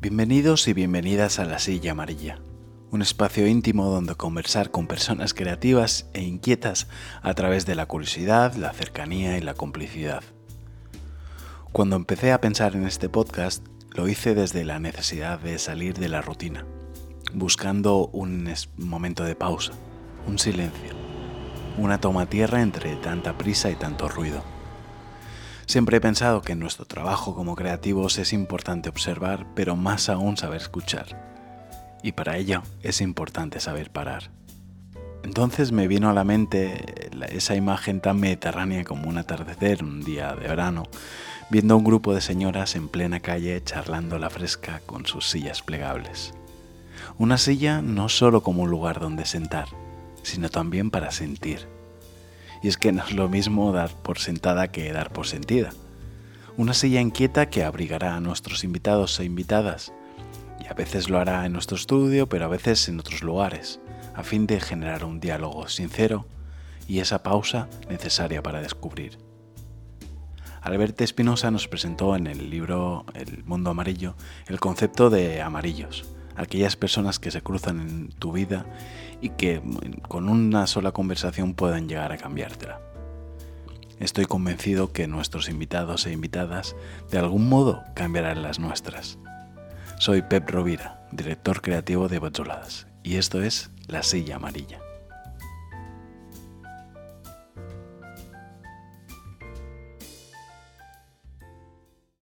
Bienvenidos y bienvenidas a La Silla Amarilla, un espacio íntimo donde conversar con personas creativas e inquietas a través de la curiosidad, la cercanía y la complicidad. Cuando empecé a pensar en este podcast, lo hice desde la necesidad de salir de la rutina, buscando un momento de pausa, un silencio, una toma tierra entre tanta prisa y tanto ruido. Siempre he pensado que en nuestro trabajo como creativos es importante observar, pero más aún saber escuchar. Y para ello es importante saber parar. Entonces me vino a la mente esa imagen tan mediterránea como un atardecer, un día de verano, viendo a un grupo de señoras en plena calle charlando a la fresca con sus sillas plegables. Una silla no solo como un lugar donde sentar, sino también para sentir. Y es que no es lo mismo dar por sentada que dar por sentida. Una silla inquieta que abrigará a nuestros invitados e invitadas, y a veces lo hará en nuestro estudio, pero a veces en otros lugares, a fin de generar un diálogo sincero y esa pausa necesaria para descubrir. Albert Espinosa nos presentó en el libro El Mundo Amarillo el concepto de amarillos, aquellas personas que se cruzan en tu vida y que con una sola conversación pueden llegar a cambiártela. Estoy convencido que nuestros invitados e invitadas de algún modo cambiarán las nuestras. Soy Pep Rovira, director creativo de Botzoladas, y esto es La Silla Amarilla.